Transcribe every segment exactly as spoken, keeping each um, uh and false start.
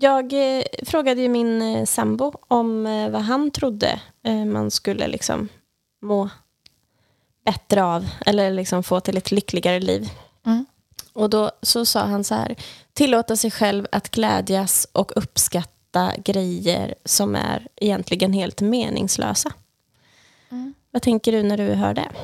Jag eh, frågade ju min eh, sambo om eh, vad han trodde eh, man skulle liksom må bättre av. Eller liksom få till ett lyckligare liv. Mm. Och då så sa han så här: tillåta sig själv att glädjas och uppskatta grejer som är egentligen helt meningslösa. Mm. Vad tänker du när du hör det?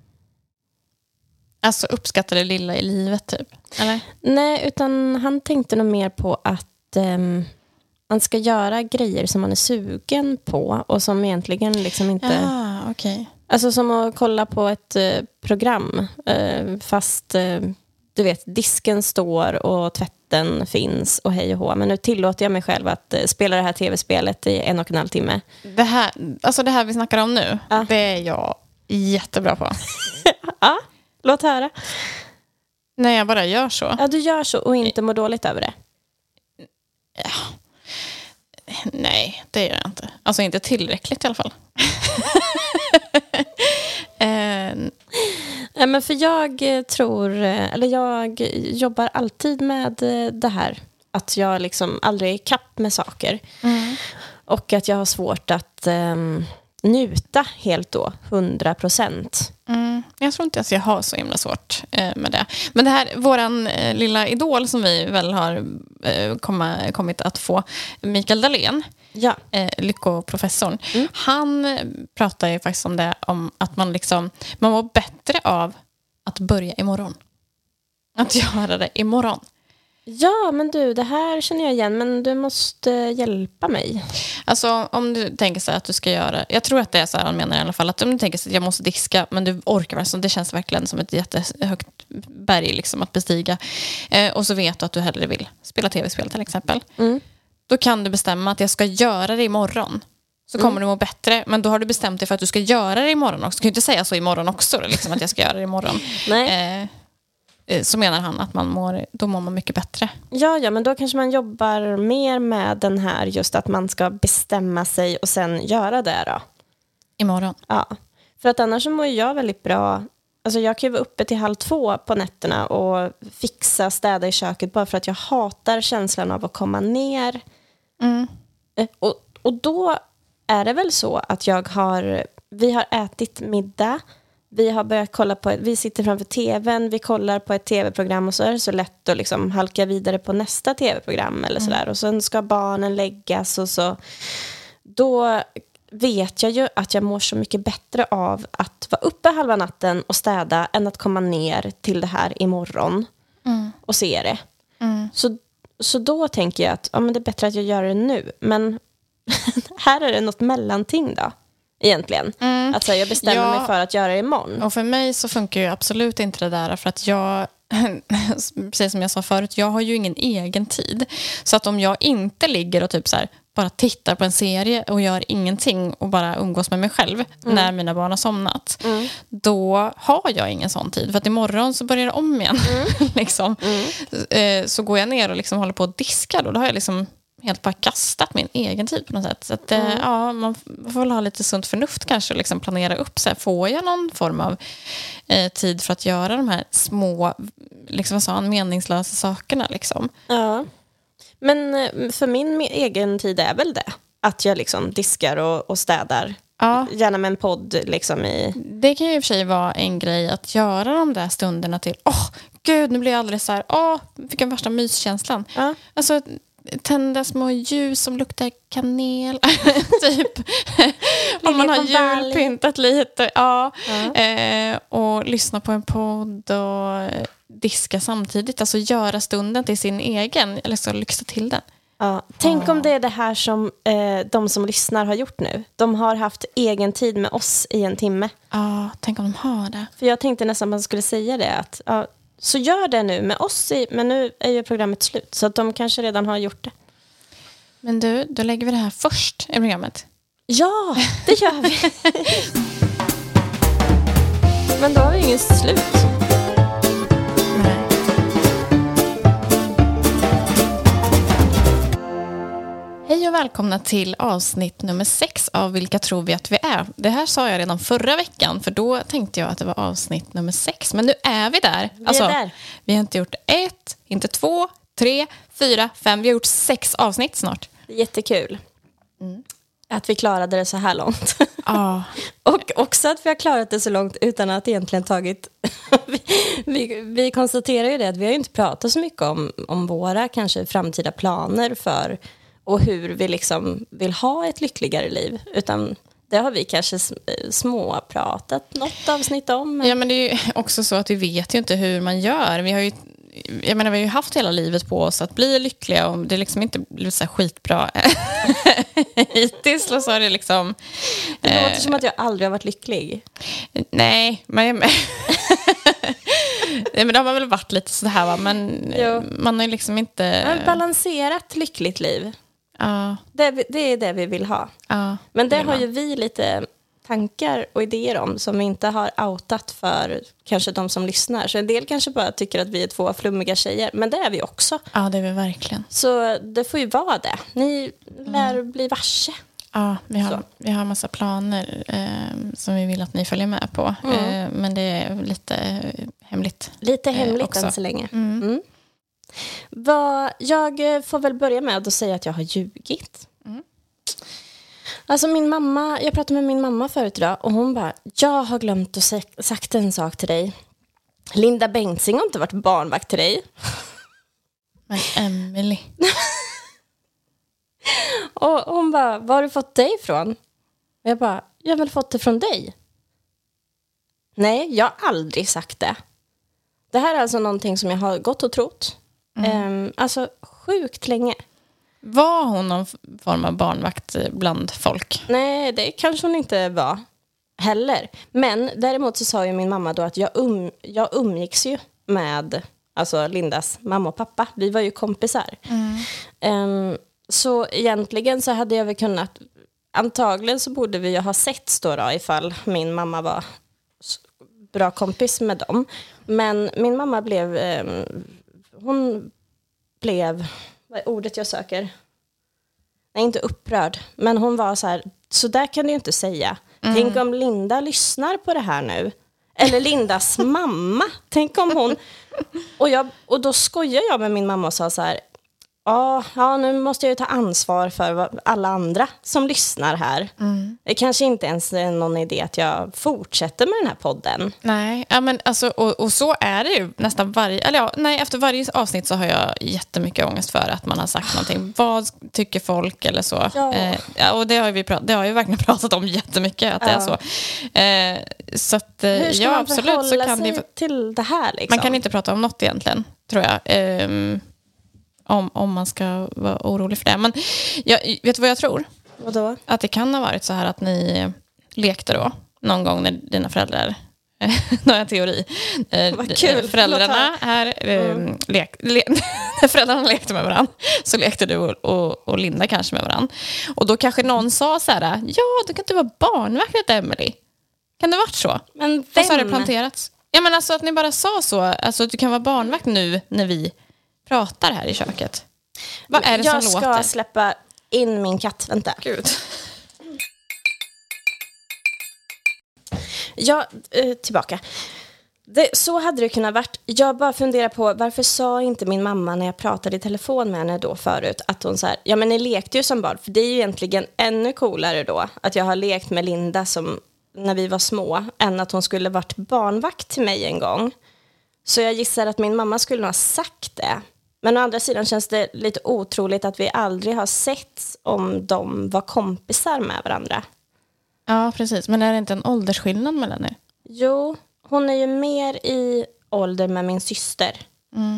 Alltså uppskatta det lilla i livet typ, eller? Nej, utan han tänkte nog mer på att um, man ska göra grejer som man är sugen på och som egentligen liksom inte... Ja, okej. Okay. Alltså som att kolla på ett uh, program uh, fast uh, du vet, disken står och tvätten finns och hej och hå. Men nu tillåter jag mig själv att uh, spela det här tv-spelet i en och en halv timme. Det här, alltså det här vi snackar om nu, ja. Det är jag jättebra på. Ja, låt höra. När jag bara gör så. Ja, du gör så och inte mår dåligt över det. Ja. Nej, det gör jag inte. Alltså inte tillräckligt i alla fall. eh. Nej, men för jag tror, eller jag jobbar alltid med det här. Att jag liksom aldrig är kapp med saker. Mm. Och att jag har svårt att um, njuta helt då, hundra procent. Mm, jag tror inte att jag har så himla svårt eh, med det. Men det här, våran eh, lilla idol som vi väl har eh, komma, kommit att få, Mikael Dahlén, ja. eh, lyckoprofessorn, mm. han pratar ju faktiskt om det, om att man liksom, man mår bättre av att börja imorgon. Att göra det imorgon. Ja, men du, det här känner jag igen, men du måste hjälpa mig. Alltså, om du tänker så här att du ska göra... Jag tror att det är så här han menar i alla fall. Att om du tänker så att jag måste diska, men du orkar väl. Så det känns verkligen som ett jättehögt berg liksom, att bestiga. Eh, och så vet du att du hellre vill spela tv-spel till exempel. Mm. Då kan du bestämma att jag ska göra det imorgon. Så kommer mm. du må bättre. Men då har du bestämt dig för att du ska göra det imorgon också. Du kan ju inte säga så imorgon också. Liksom, att jag ska göra det imorgon. Nej. Eh, så menar han att man mår, då mår man mycket bättre. Ja, ja, men då kanske man jobbar mer med den här just att man ska bestämma sig och sen göra det då. Imorgon. Ja, för att annars så mår jag väldigt bra. Alltså jag kan ju vara uppe till halv två på nätterna och fixa, städa i köket bara för att jag hatar känslan av att komma ner. Mm. Och, och då är det väl så att jag har, vi har ätit middag. Vi har börjat kolla på, vi sitter framför tvn, vi kollar på ett tv-program och så är det så lätt att liksom halka vidare på nästa tv-program eller sådär. Mm. Och sen ska barnen läggas och så. Då vet jag ju att jag mår så mycket bättre av att vara uppe halva natten och städa än att komma ner till det här imorgon mm. och se det. Mm. Så, så då tänker jag att ja, men det är bättre att jag gör det nu. Men här är det något mellanting då. Egentligen. Mm. Att säga, jag bestämmer ja. mig för att göra det imorgon. Och för mig så funkar ju absolut inte det där. För att jag, precis som jag sa förut, jag har ju ingen egen tid. Så att om jag inte ligger och typ så här, bara tittar på en serie och gör ingenting och bara umgås med mig själv mm. när mina barn har somnat, mm. då har jag ingen sån tid. För att imorgon så börjar det om igen. Mm. liksom. mm. Så går jag ner och liksom håller på att diska då, då har jag liksom helt bara kastat min egen tid på något sätt. Så att, mm. ja, man får väl ha lite sunt förnuft kanske och liksom planera upp. Så här, får jag någon form av eh, tid för att göra de här små, liksom vad sa han, meningslösa sakerna liksom. Ja. Men för min egen tid är väl det. Att jag liksom diskar och, och städar. Ja. Gärna med en podd liksom i... Det kan ju i och för sig vara en grej att göra de där stunderna till. Åh, oh, gud, nu blir jag alldeles så här. Åh, vilken värsta myskänslan. Ja. Alltså... tända små ljus som luktar kanel typ om man har julpyntat lite ja. Ja. Eh, och lyssna på en podd och diska samtidigt, alltså göra stunden till sin egen, eller så lyxa till den. Ja. Tänk ja. om det är det här som eh, de som lyssnar har gjort nu. De har haft egen tid med oss i en timme. Ja, tänk om de har det. För jag tänkte nästan att man skulle säga det att ja, så gör det nu med oss, i, men nu är ju programmet slut. Så att de kanske redan har gjort det. Men du, då lägger vi det här först i programmet. Ja, det gör vi. Men då har vi ingen slut. Nej. Hej och välkomna till avsnitt nummer sex av Vilka tror vi att vi är. Det här sa jag redan förra veckan, för då tänkte jag att det var avsnitt nummer sex. Men nu är vi där. Vi alltså, är där. Vi har inte gjort ett, inte två, tre, fyra, fem. Vi har gjort sex avsnitt snart. Jättekul. Mm. Att vi klarade det så här långt. Ah. Och också att vi har klarat det så långt utan att egentligen tagit... vi, vi, vi konstaterar ju det att vi har ju inte pratat så mycket om, om våra kanske framtida planer för och hur vi liksom vill ha ett lyckligare liv. Utan det har vi kanske småpratat något avsnitt om. Ja, men det är ju också så att vi vet ju inte hur man gör. Vi har ju Jag menar, vi har ju haft hela livet på oss att bli lyckliga och det är liksom inte blivit så här skitbra hittills. Så är det liksom... Det låter eh, som att jag aldrig har varit lycklig. Nej, men... men det har man väl varit lite så här, va? Men jo. Man har ju liksom inte... Ett balanserat lyckligt liv. Ja. Det, det är det vi vill ha. Ja, men det, det har ju vi lite... tankar och idéer om som vi inte har outat för kanske de som lyssnar. Så en del kanske bara tycker att vi är två flummiga tjejer. Men det är vi också. Ja, det är vi verkligen. Så det får ju vara det. Ni lär mm. bli varse. Ja, vi har, vi har en massa planer eh, som vi vill att ni följer med på. Mm. Eh, men det är lite eh, hemligt. Lite hemligt eh, än så länge. Mm. Mm. Vad, jag får väl börja med att säga att jag har ljugit. Mm. Alltså min mamma, jag pratade med min mamma förut idag och hon bara, jag har glömt att sä- sagt en sak till dig. Linda Bengtzing har inte varit barnvakt till dig. Men Emily. Och hon bara, var har du fått det ifrån? Och jag bara, jag har väl fått det från dig. Nej, jag har aldrig sagt det. Det här är alltså någonting som jag har gått och trott. Mm. Um, alltså sjukt länge. Var hon någon form av barnvakt bland folk? Nej, det kanske hon inte var heller. Men däremot så sa ju min mamma då att jag, um, jag umgicks ju med alltså Lindas mamma och pappa. Vi var ju kompisar. Mm. Um, så egentligen så hade jag väl kunnat... Antagligen så borde vi ju ha sett då, då ifall min mamma var bra kompis med dem. Men min mamma blev... Um, hon blev... Vad är ordet jag söker? Nej, inte upprörd. Men hon var så här, så där kan du ju inte säga. Mm. Tänk om Linda lyssnar på det här nu. Eller Lindas mamma. Tänk om hon... Och, jag, och då skojar jag med min mamma och sa så här, ja, ja, nu måste jag ju ta ansvar för alla andra som lyssnar här. Mm. Det kanske inte ens är någon idé att jag fortsätter med den här podden. Nej, ja, men alltså, och, och så är det ju nästan varje... Eller ja, nej, efter varje avsnitt så har jag jättemycket ångest för att man har sagt någonting. Vad tycker folk eller så? Ja. Eh, ja, och det har, vi prat, det har jag verkligen pratat om jättemycket, att ja. Det är så. Eh, så att, eh, hur ska ja, man absolut, förhålla så kan sig det, till det här? Liksom? Man kan inte prata om något egentligen, tror jag. Eh, Om, om man ska vara orolig för det. Men jag, vet du vad jag tror? Vadå? Att det kan ha varit så här att ni lekte då någon gång när dina föräldrar... Nu har jag en teori. Vad kul. Föräldrarna här... Mm. Lek, le, när föräldrarna lekte med varandra så lekte du och, och, och Linda kanske med varandra. Och då kanske någon sa så här, ja, du kan inte vara barnvakt, Emily. Kan det ha varit så? Men vem? Och så har det planterats. Ja, men alltså att ni bara sa så. Alltså att du kan vara barnvakt nu när vi... pratar här i köket. Vad är det jag som låter? Jag ska släppa in min katt. Vänta. Gud. Ja, eh, tillbaka. Det, så hade det kunnat varit. Jag bara funderar på, varför sa inte min mamma när jag pratade i telefon med henne då förut att hon så här, ja men ni lekte ju som barn. För det är ju egentligen ännu coolare då att jag har lekt med Linda som när vi var små än att hon skulle varit barnvakt till mig en gång. Så jag gissar att min mamma skulle nog ha sagt det. Men å andra sidan känns det lite otroligt att vi aldrig har sett om de var kompisar med varandra. Ja, precis. Men är det inte en åldersskillnad mellan er? Jo, hon är ju mer i ålder med min syster. Mm.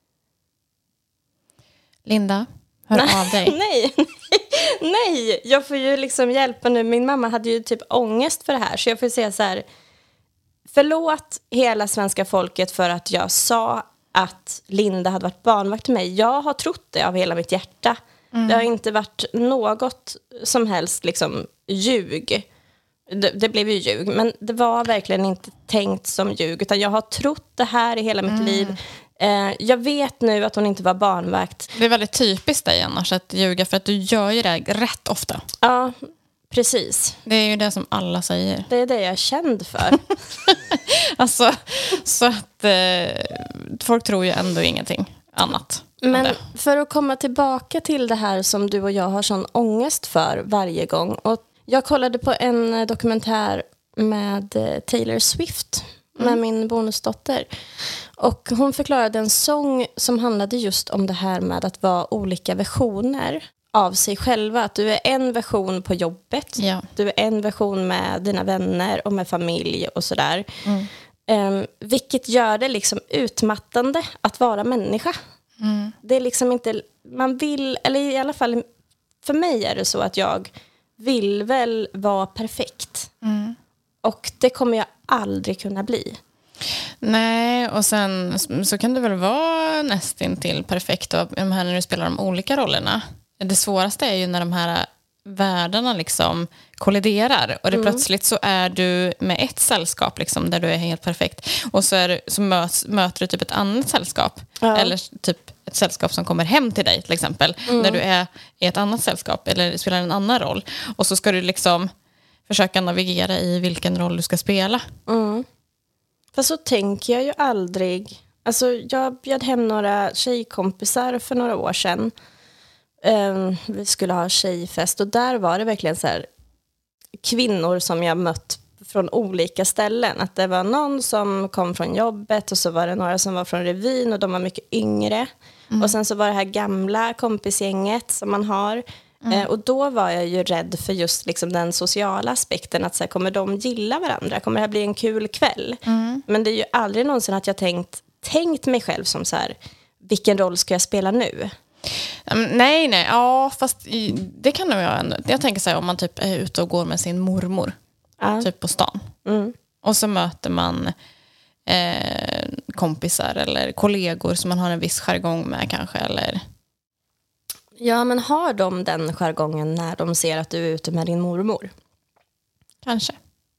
Linda, hör nej, av dig. Nej, nej, jag får ju liksom hjälpa nu. Min mamma hade ju typ ångest för det här. Så jag får säga så här, förlåt hela svenska folket för att jag sa att Linda hade varit barnvakt till mig. Jag har trott det av hela mitt hjärta. Mm. Det har inte varit något som helst liksom ljug. Det, det blev ju ljug, men det var verkligen inte tänkt som ljug. Utan jag har trott det här i hela mitt mm. liv. Eh, jag vet nu att hon inte var barnvakt. Det är väldigt typiskt dig annars att ljuga, för att du gör ju det rätt ofta. Ja, precis. Det är ju det som alla säger. Det är det jag är känd för. Alltså, så att eh, folk tror ju ändå ingenting annat. Men för att komma tillbaka till det här som du och jag har sån ångest för varje gång. Och jag kollade på en dokumentär med Taylor Swift med mm. min bonusdotter. Och hon förklarade en sång som handlade just om det här med att vara olika versioner av sig själva. Att du är en version på jobbet. Ja. Du är en version med dina vänner och med familj och sådär. Mm. Um, vilket gör det liksom utmattande att vara människa. Mm. Det är liksom inte, man vill, eller i alla fall för mig är det så att jag vill väl vara perfekt. Mm. Och det kommer jag aldrig kunna bli. Nej, och sen så kan det väl vara nästintill perfekt och de här när du spelar de olika rollerna. Det svåraste är ju när de här världarna liksom kolliderar och det mm. plötsligt så är du med ett sällskap liksom, där du är helt perfekt och så, är, så möts, möter du typ ett annat sällskap ja. Eller typ ett sällskap som kommer hem till dig till exempel mm. när du är i ett annat sällskap eller spelar en annan roll och så ska du liksom försöka navigera i vilken roll du ska spela. Mm. För så tänker jag ju aldrig, alltså jag bjöd hem några tjejkompisar för några år sedan. Um, vi skulle ha tjejfest och där var det verkligen så här kvinnor som jag mött från olika ställen. Att det var någon som kom från jobbet och så var det några som var från revyn och de var mycket yngre. Mm. Och sen så var det här gamla kompisgänget som man har. Mm. Uh, och då var jag ju rädd för just liksom den sociala aspekten. Att så här, kommer de gilla varandra? Kommer det här bli en kul kväll? Mm. Men det är ju aldrig någonsin att jag tänkt, tänkt mig själv som så här, vilken roll ska jag spela nu? Um, nej, nej. Ja, fast i, det kan nog jag ändå. Jag tänker så här, om man typ är ute och går med sin mormor. Ja. Typ på stan. Mm. Och så möter man eh, kompisar eller kollegor som man har en viss jargong med kanske. Eller... Ja, men har de den jargongen när de ser att du är ute med din mormor? Kanske.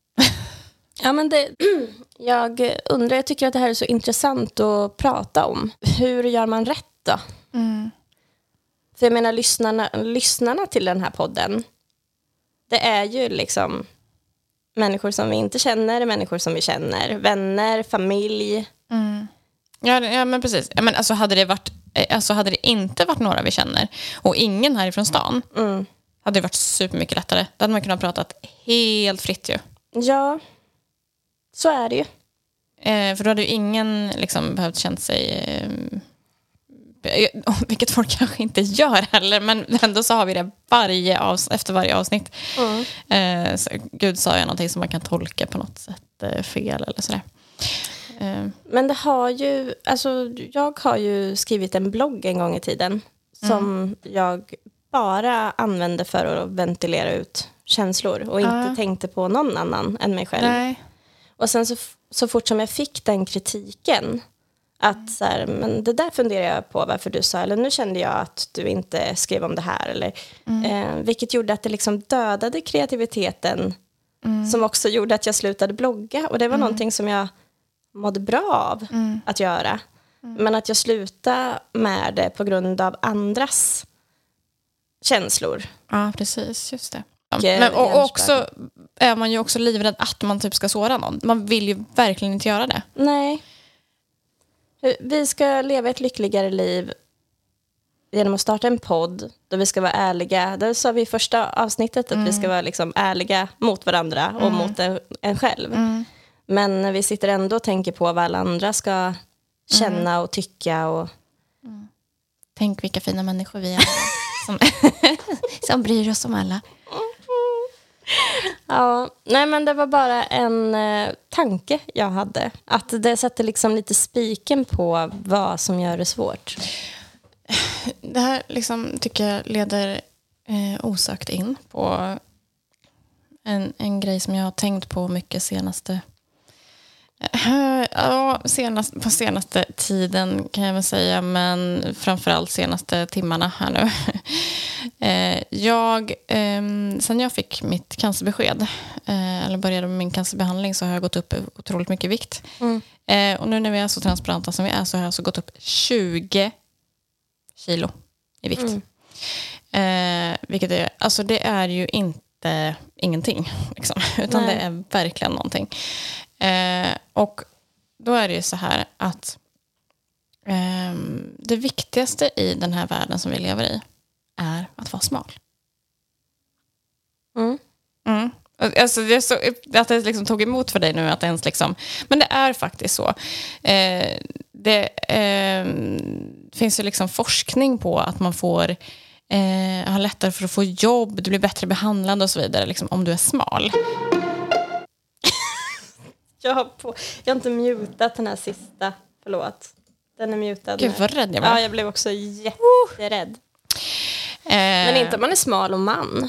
Ja, men det, jag undrar, jag tycker att det här är så intressant att prata om. Hur gör man rätt då? Mm. För jag menar, lyssnarna, lyssnarna till den här podden, det är ju liksom människor som vi inte känner, människor som vi känner, vänner, familj. Mm. Ja, ja, men precis. Ja, men alltså hade det varit, alltså hade det inte varit några vi känner och ingen härifrån stan, mm. hade det varit supermycket lättare. Då hade man kunnat prata helt fritt ju. Ja, så är det ju. Eh, för då hade ju ingen liksom behövt känna sig... Eh, vilket folk kanske inte gör heller, men ändå så har vi det varje avs- efter varje avsnitt. Mm. Eh, så, Gud sa jag någonting som man kan tolka på något sätt eh, fel eller sådär. Eh. Men det har ju, alltså jag har ju skrivit en blogg en gång i tiden som mm. jag bara använde för att ventilera ut känslor och inte uh. tänkte på någon annan än mig själv. Nej. Och sen så, så fort som jag fick den kritiken att så här, men det där funderar jag på varför du sa, eller nu kände jag att du inte skrev om det här, eller, mm. eh, vilket gjorde att det liksom dödade kreativiteten mm. som också gjorde att jag slutade blogga, och det var mm. någonting som jag mådde bra av mm. att göra, mm. men att jag slutade med det på grund av andras känslor. Ja, precis, just det. Och, men, och, och också är man ju också livrädd att man typ ska såra någon. Man vill ju verkligen inte göra det. Nej. Vi ska leva ett lyckligare liv genom att starta en podd där vi ska vara ärliga. Där sa vi i första avsnittet att mm. vi ska vara liksom ärliga mot varandra och mm. mot en, en själv. Mm. Men vi sitter ändå och tänker på vad alla andra ska känna mm. och tycka. Och... Mm. Tänk vilka fina människor vi är som, som bryr oss om alla. Ja, nej, men det var bara en eh, tanke jag hade. Att det sätter liksom lite spiken på vad som gör det svårt. Det här liksom tycker jag leder eh, osökt in på en, en grej som jag har tänkt på mycket senaste eh, ja, senast, på senaste tiden kan jag väl säga, men framförallt senaste timmarna här nu. eh, jag, eh, sen jag fick mitt cancerbesked eh, eller började med min cancerbehandling, så har jag gått upp otroligt mycket i vikt. Mm. Eh, och nu när vi är så transparenta som vi är, så har jag alltså gått upp tjugo kilo i vikt. Mm. Eh, vilket är, alltså det är ju inte ingenting liksom, utan Nej. Det är verkligen någonting. Eh, och då är det ju så här att eh, det viktigaste i den här världen som vi lever i är att vara smal. Mm. Mm. Alltså det är så, att det liksom tog emot för dig nu att ens liksom, men det är faktiskt så. Eh, det eh, finns ju liksom forskning på att man får eh, ha lättare för att få jobb, du blir bättre behandlad och så vidare liksom, om du är smal. Jag har, på, jag har inte mutat den här sista, förlåt. Den är mutad. Gud vad rädd jag var. Ja, jag blev också jätterädd. Eh, Men inte om man är smal och man.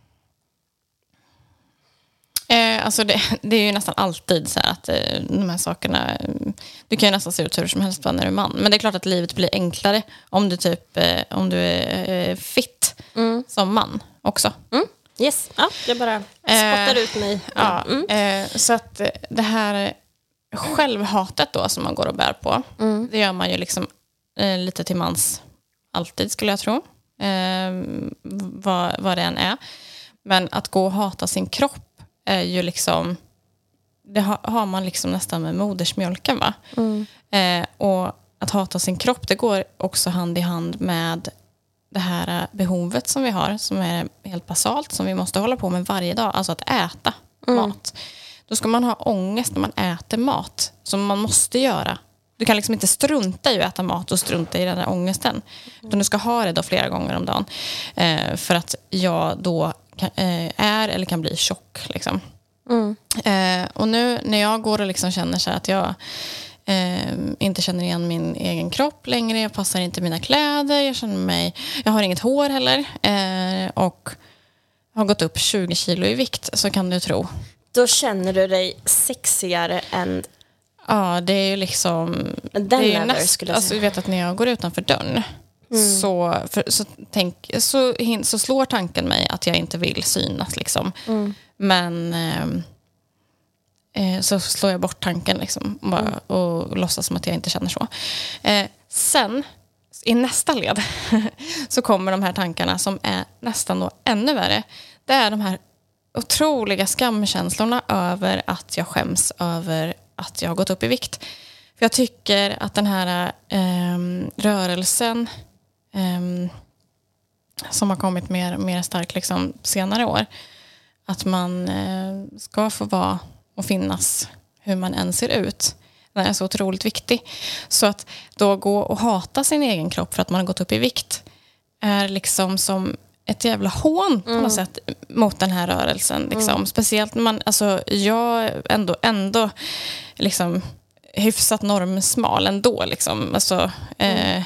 Eh, alltså det, det är ju nästan alltid så här att eh, de här sakerna, du kan ju nästan se ut hur som helst när du är man. Men det är klart att livet blir enklare om du typ eh, om du är eh, fit Mm. som man också. Mm. Yes, ja, jag bara spottar Eh, ut mig. Ja, Mm. eh, så att eh, det här självhatet då som man går och bär på, Mm. det gör man ju liksom eh, lite till mans alltid skulle jag tro. Eh, vad, vad det än är. Men att gå och hata sin kropp är ju liksom, det har, har man liksom nästan med modersmjölken va? Mm. Eh, och att hata sin kropp, det går också hand i hand med det här behovet som vi har, som är helt basalt, som vi måste hålla på med varje dag, alltså att äta Mm. mat. Då ska man ha ångest när man äter mat, som man måste göra. Du kan liksom inte strunta i att äta mat och strunta i den här ångesten. Utan du ska ha det då flera gånger om dagen. Eh, för att jag då kan, eh, är eller kan bli tjock. Liksom. Mm. Eh, och nu när jag går och liksom känner så här att jag eh, inte känner igen min egen kropp längre. Jag passar inte mina kläder. Jag känner mig, jag har inget hår heller. Eh, och har gått upp tjugo kilo i vikt, så kan du tro. Då känner du dig sexigare än Ja, det är ju liksom... den det är ju lever, näst, skulle jag alltså, säga. du vet att när jag går utanför dörren Mm. så, för, så, tänk, så, hin, så slår tanken mig att jag inte vill synas. Liksom. Mm. Men ehm, eh, så slår jag bort tanken liksom, och, bara, Mm. och låtsas som att jag inte känner så. Eh, sen, i nästa led, så kommer de här tankarna som är nästan då ännu värre. Det är de här otroliga skamkänslorna över att jag skäms över att jag har gått upp i vikt. För jag tycker att den här ehm, rörelsen ehm, som har kommit mer, mer stark liksom, senare år, att man eh, ska få vara och finnas hur man än ser ut, den är så otroligt viktig. Så att då gå och hata sin egen kropp för att man har gått upp i vikt är liksom som ett jävla hån på Mm. något sätt mot den här rörelsen. Liksom. Mm. Speciellt när man, alltså jag ändå, ändå liksom hyfsat normsmal ändå. Liksom. Alltså, eh,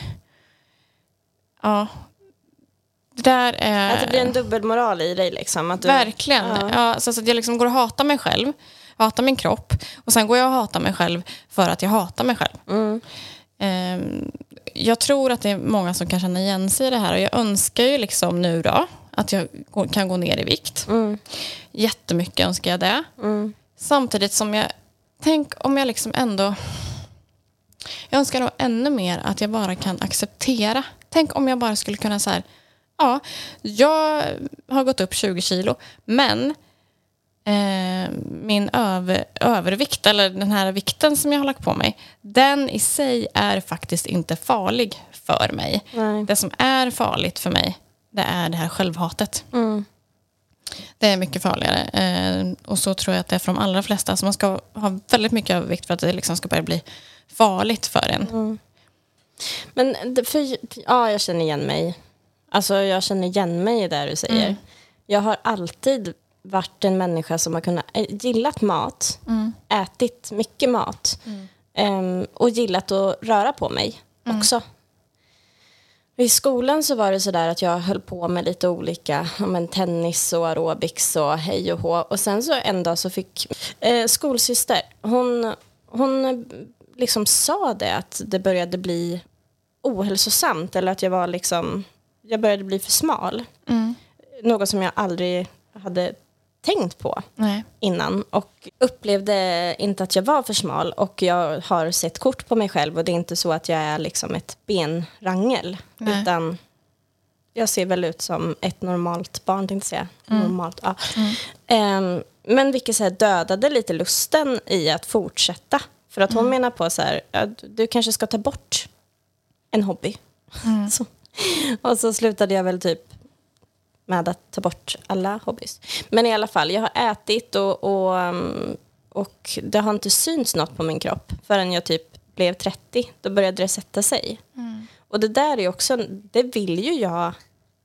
ja. Det där är... Att det blir en dubbelmoral i dig liksom. Att du, Verkligen. Ja. Ja, så att jag liksom går och hatar mig själv, hatar min kropp, och sen går jag och hatar mig själv för att jag hatar mig själv. Mm. Eh, jag tror att det är många som kan känna igen sig i det här, och jag önskar ju liksom nu då att jag gå- kan gå ner i vikt. Mm. Jättemycket önskar jag det. Mm. Samtidigt som jag, tänk om jag liksom ändå, jag önskar nog ännu mer att jag bara kan acceptera. Tänk om jag bara skulle kunna så här, ja, jag har gått upp tjugo kilo, men eh, min över, övervikt, eller den här vikten som jag har lagt på mig, den i sig är faktiskt inte farlig för mig. Nej. Det som är farligt för mig, det är det här självhatet. Mm. Det är mycket farligare. Eh, och så tror jag att det är för de allra flesta. Så man ska ha väldigt mycket övervikt för att det liksom ska börja bli farligt för en. Mm. Men det- för, ja, jag känner igen mig. Alltså jag känner igen mig i det du säger. Mm. Jag har alltid varit en människa som har kunnat äh, gillat mat, Mm. ätit mycket mat ehm, och gillat att röra på mig också. I skolan så var det sådär att jag höll på med lite olika, ja, men tennis och aerobics och hej och hå. Och sen så en dag så fick eh, skolsyster, hon, hon liksom sa det att det började bli ohälsosamt, eller att jag var liksom, jag började bli för smal. Mm. Något som jag aldrig hade tänkt på Nej. innan, och upplevde inte att jag var för smal, och jag har sett kort på mig själv, och det är inte så att jag är liksom ett benrangel. Nej. Utan jag ser väl ut som ett normalt barn, tänkte jag säga. Mm. Normalt, ja. Mm. Ehm, men vilket så här dödade lite lusten i att fortsätta, för att hon Mm. menar på så här, ja, du kanske ska ta bort en hobby. Mm. så. Och så slutade jag väl typ med att ta bort alla hobbys. Men i alla fall, jag har ätit och, och, och det har inte synts något på min kropp förrän jag typ blev trettio. Då började det sätta sig. Mm. Och det där är också, det vill ju jag.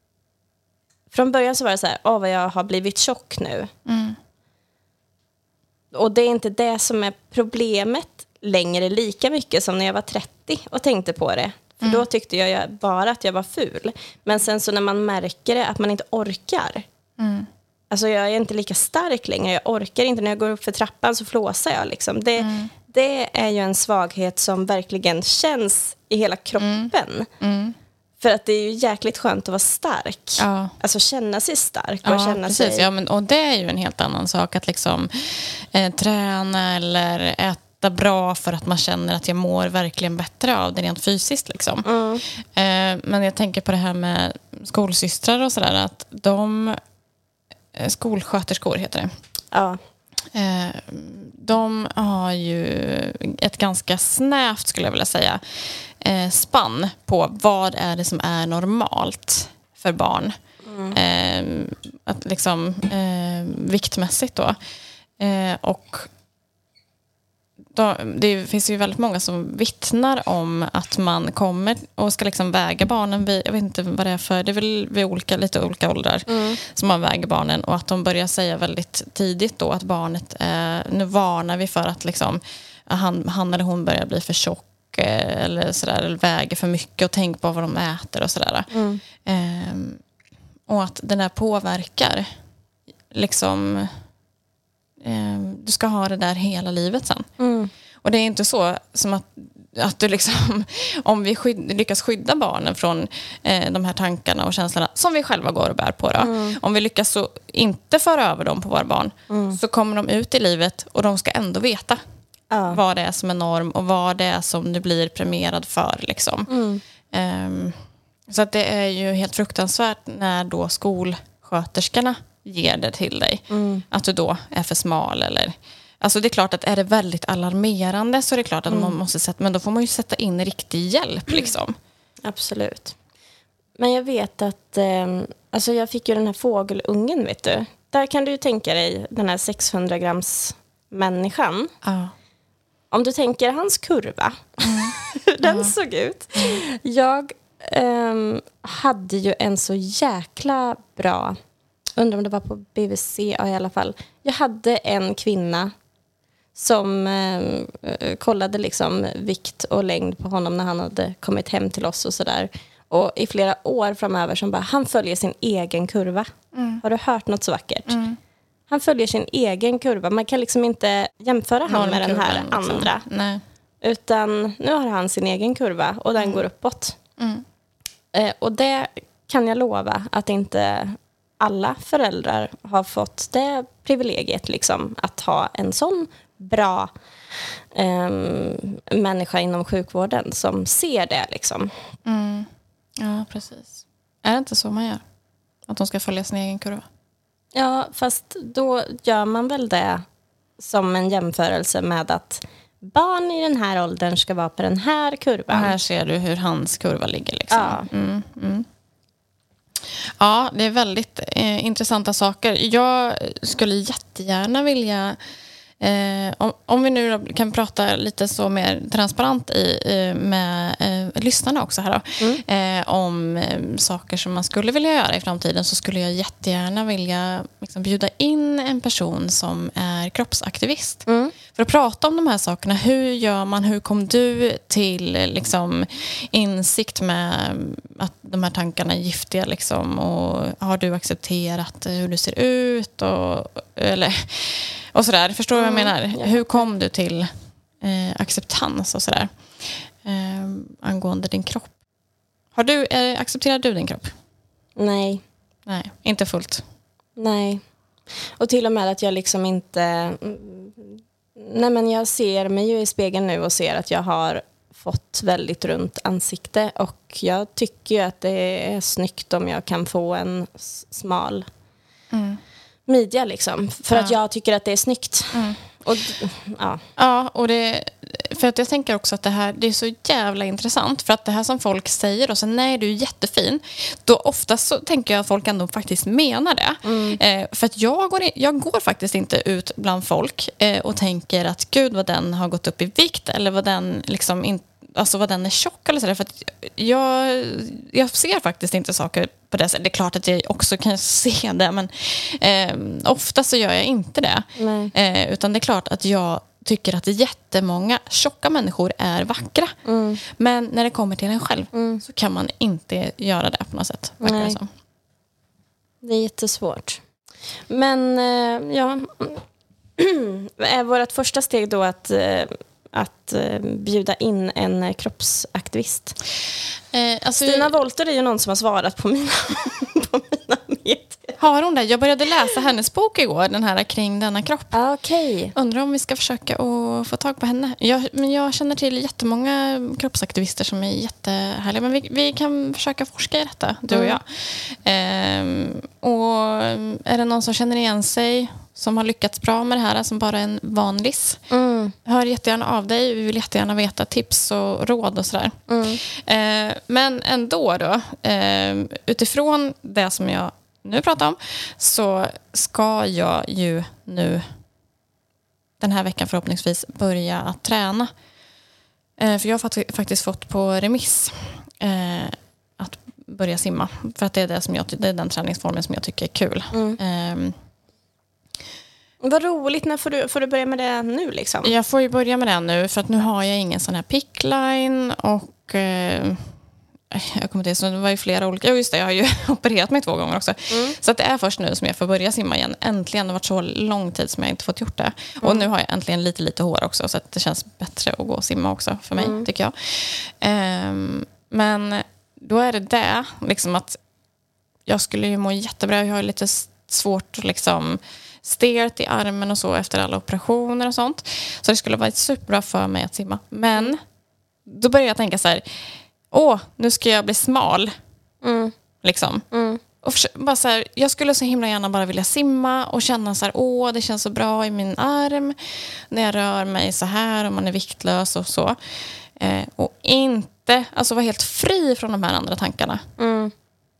Från början så var det så här, åh vad jag har blivit tjock nu. Mm. Och det är inte det som är problemet längre lika mycket som när jag var trettio och tänkte på det. För Mm. då tyckte jag bara att jag var ful. Men sen så när man märker det, att man inte orkar. Mm. Alltså jag är inte lika stark längre. Jag orkar inte. När jag går upp för trappan så flåsar jag liksom. Det, Mm. det är ju en svaghet som verkligen känns i hela kroppen. Mm. För att det är ju jäkligt skönt att vara stark. Ja. Alltså känna sig stark och Ja, känna precis. sig... Ja, men, och det är ju en helt annan sak att liksom eh, träna eller äta bra för att man känner att jag mår verkligen bättre av det rent fysiskt. Liksom. Mm. Eh, men jag tänker på det här med skolsystrar och sådär, att de eh, skolsköterskor heter det. Ja. Eh, de har ju ett ganska snävt, skulle jag vilja säga, eh, spann på vad är det som är normalt för barn. Mm. Eh, att liksom eh, viktmässigt då. Eh, och då, det finns ju väldigt många som vittnar om att man kommer och ska liksom väga barnen vid, jag vet inte vad det är för, det är väl vid olika, lite olika åldrar mm. som man väger barnen, och att de börjar säga väldigt tidigt då att barnet, eh, nu varnar vi för att liksom han, han eller hon börjar bli för tjock eh, eller sådär, eller väger för mycket, och tänk på vad de äter och sådär. Mm. Eh, och att den där påverkar liksom, du ska ha det där hela livet sen. Mm. Och det är inte så som att, att du liksom, om vi skyd, lyckas skydda barnen från eh, de här tankarna och känslorna som vi själva går och bär på då. Mm. Om vi lyckas så inte föra över dem på våra barn, mm. så kommer de ut i livet och de ska ändå veta uh. vad det är som är norm och vad det är som du blir premierad för liksom. Mm. Um, så att det är ju helt fruktansvärt när då skolsköterskorna ger det till dig. Mm. Att du då är för smal eller... Alltså det är klart att är det väldigt alarmerande så är det klart att mm. man måste sätta... Men då får man ju sätta in riktig hjälp liksom. Absolut. Men jag vet att... Eh, alltså jag fick ju den här fågelungen, vet du. Där kan du ju tänka dig den här sexhundra grams människan. Ja. Om du tänker hans kurva. Mm. Hur den ja. såg ut. Mm. Jag eh, hade ju en så jäkla bra... Undrar om det var på B V C, ja, i alla fall. Jag hade en kvinna som eh, kollade liksom vikt och längd på honom när han hade kommit hem till oss och sådär. Och i flera år framöver som bara, han följer sin egen kurva. Mm. Har du hört något så vackert? Mm. Han följer sin egen kurva. Man kan liksom inte jämföra han med den här liksom. andra. Nej. Utan nu har han sin egen kurva och den mm. går uppåt. Mm. Eh, och det kan jag lova att inte... alla föräldrar har fått det privilegiet liksom, att ha en sån bra eh, människa inom sjukvården som ser det. Liksom. Mm. Ja, precis. Är det inte så man gör? Att de ska följa sin egen kurva? Ja, fast då gör man väl det som en jämförelse med att barn i den här åldern ska vara på den här kurvan. Och här ser du hur hans kurva ligger. Liksom. Ja. Mm, mm. Ja, det är väldigt eh, intressanta saker. Jag skulle jättegärna vilja, eh, om, om vi nu kan prata lite så mer transparent i, eh, med eh, lyssnarna också här då, mm. eh, om eh, saker som man skulle vilja göra i framtiden, så skulle jag jättegärna vilja liksom, bjuda in en person som är kroppsaktivist. Mm. För att prata om de här sakerna. Hur gör man? Hur kom du till liksom, insikt med att de här tankarna är giftiga? Liksom, och har du accepterat hur du ser ut? Och, eller, och sådär. Förstår du mm. vad jag menar? Ja. Hur kom du till eh, acceptans och sådär? Eh, angående din kropp. Har du, eh, accepterar du din kropp? Nej. Nej, inte fullt. Nej. Och till och med att jag liksom inte... Nej, men jag ser mig ju i spegeln nu och ser att jag har fått väldigt runt ansikte. Och jag tycker ju att det är snyggt om jag kan få en smal mm. midja liksom. För ja. att jag tycker att det är snyggt. Mm. Och, ja. ja, och det för att jag tänker också att det här, det är så jävla intressant. För att det här som folk säger och så nej, du är jättefin. Då oftast så tänker jag att folk ändå faktiskt menar det. Mm. Eh, för att jag går, in, jag går faktiskt inte ut bland folk eh, och tänker att gud vad den har gått upp i vikt. Eller vad den liksom inte, alltså vad den är tjock eller sådär. För att jag, jag ser faktiskt inte saker på det sättet. Det är klart att jag också kan se det. Men eh, ofta så gör jag inte det. Eh, utan det är klart att jag tycker att jättemånga tjocka människor är vackra. Mm. Men när det kommer till en själv mm. så kan man inte göra det på något sätt. Nej. Så. Det är jättesvårt. Men eh, ja, är vårt första steg då att, eh, att eh, bjuda in en kroppsaktivist? Eh, alltså, Stina Wolter är ju någon som har svarat på mina, på mina medier. Har hon det? Jag började läsa hennes bok igår, den här kring denna kropp. Ah, okay. Undrar om vi ska försöka att få tag på henne. Jag, men jag känner till jättemånga kroppsaktivister som är jättehärliga. Men vi, vi kan försöka forska i detta, du och jag. Ehm, och är det någon som känner igen sig, som har lyckats bra med det här, som bara är en vanlis? Mm. Hör jättegärna av dig. Vi vill jättegärna veta tips och råd och sådär. Mm. Ehm, men ändå då, ehm, utifrån det som jag nu pratar om, så ska jag ju nu den här veckan förhoppningsvis börja att träna. Eh, för jag har faktiskt fått på remiss eh, att börja simma. För att det är, det som jag, det är den träningsformen som jag tycker är kul. Mm. Eh, Vad roligt, när får du, får du börja med det nu liksom? Jag får ju börja med det nu för att nu har jag ingen sån här pickline och... Eh, Jag kommer till, så det var ju flera olika. Ja, just det, jag har ju opererat mig två gånger också. Mm. Så att det är först nu som jag får börja simma igen. Äntligen, det har varit så lång tid som jag inte fått gjort det. Mm. Och nu har jag äntligen lite, lite hår också. Så att det känns bättre att gå och simma också för mig, mm. tycker jag. Um, men då är det det, liksom att jag skulle ju må jättebra. Jag har lite svårt liksom stelt i armen och så efter alla operationer och sånt. Så det skulle vara superbra för mig att simma. Men då börjar jag tänka så här: åh, nu ska jag bli smal. Mm. Liksom. Mm. Och för, bara så här, jag skulle så himla gärna bara vilja simma och känna så här, åh, det känns så bra i min arm när jag rör mig så här och man är viktlös och så. Eh, och inte, alltså vara helt fri från de här andra tankarna. Mm.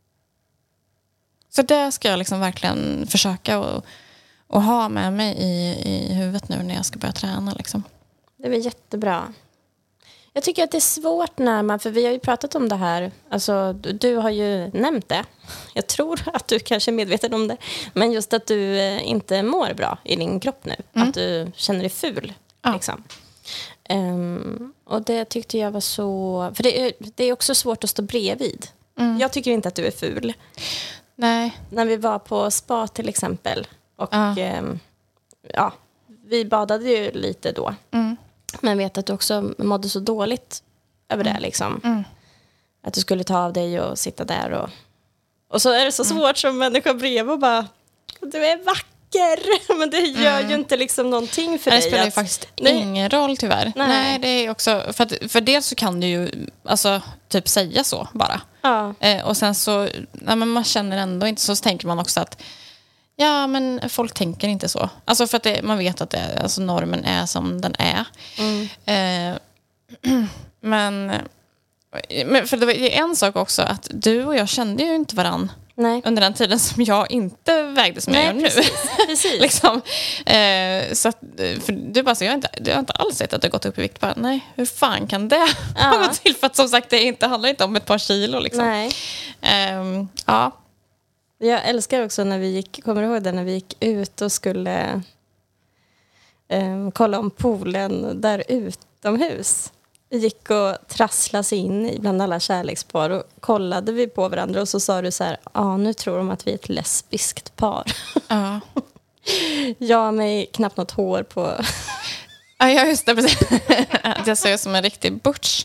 Så det ska jag liksom verkligen försöka och, och ha med mig i, i huvudet nu när jag ska börja träna. Liksom. Det är väl jättebra. Jag tycker att det är svårt när man, för vi har ju pratat om det här, alltså du har ju nämnt det, jag tror att du kanske är medveten om det, men just att du inte mår bra i din kropp nu, mm. att du känner dig ful, ja. Liksom. Um, och det tyckte jag var så, för det är, det är också svårt att stå bredvid. Mm. Jag tycker inte att du är ful. Nej. När vi var på spa till exempel, och ja, um, ja vi badade ju lite då. Mm. Men vet att du också mådde så dåligt över det liksom. Mm. Att du skulle ta av dig och sitta där. Och, och så är det så svårt mm. som människa bredvid och bara, du är vacker. Men det gör mm. ju inte liksom någonting för Nej, dig. Det spelar ju att, faktiskt nej. ingen roll tyvärr. Nej, nej det är också, för, att, för det så kan du ju alltså, typ säga så bara. Ja. Eh, och sen så, nej, men man känner ändå inte så, så tänker man också att ja, men folk tänker inte så. Alltså för att det, man vet att det, alltså normen är som den är. Mm. Eh, men, men för det var en sak också att du och jag kände ju inte varann. Nej. Under den tiden som jag inte vägde som Nej, jag gör precis, nu. Precis. liksom. eh, så att, för du bara så jag har inte, jag har inte alls sett att du har gått upp i vikt. Bara, nej, hur fan kan det ja. ha gått till? För att som sagt, det inte, handlar inte om ett par kilo. Liksom. Nej. Eh, ja. Jag älskar också när vi gick, kommer du ihåg det, när vi gick ut och skulle eh, kolla om poolen där utomhus. Vi gick och trasslade sig in bland alla kärlekspar och kollade vi på varandra och så sa du så här, ja ah, nu tror de att vi är ett lesbiskt par. Ja. Jag har mig knappt något hår på. Ja, just det, precis. Jag ser ut som en riktig butch.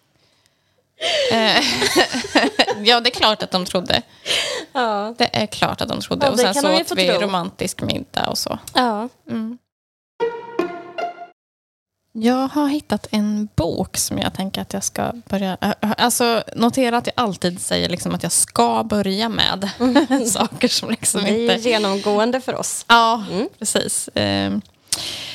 Ja, det är klart att de trodde. Ja. Det är klart att de trodde. Ja, och sen så åt vi tro. romantisk middag och så. Ja. Mm. Jag har hittat en bok som jag tänker att jag ska börja... Alltså, notera att jag alltid säger liksom att jag ska börja med mm. saker som liksom inte... Det är inte... genomgående för oss. Ja, mm. precis.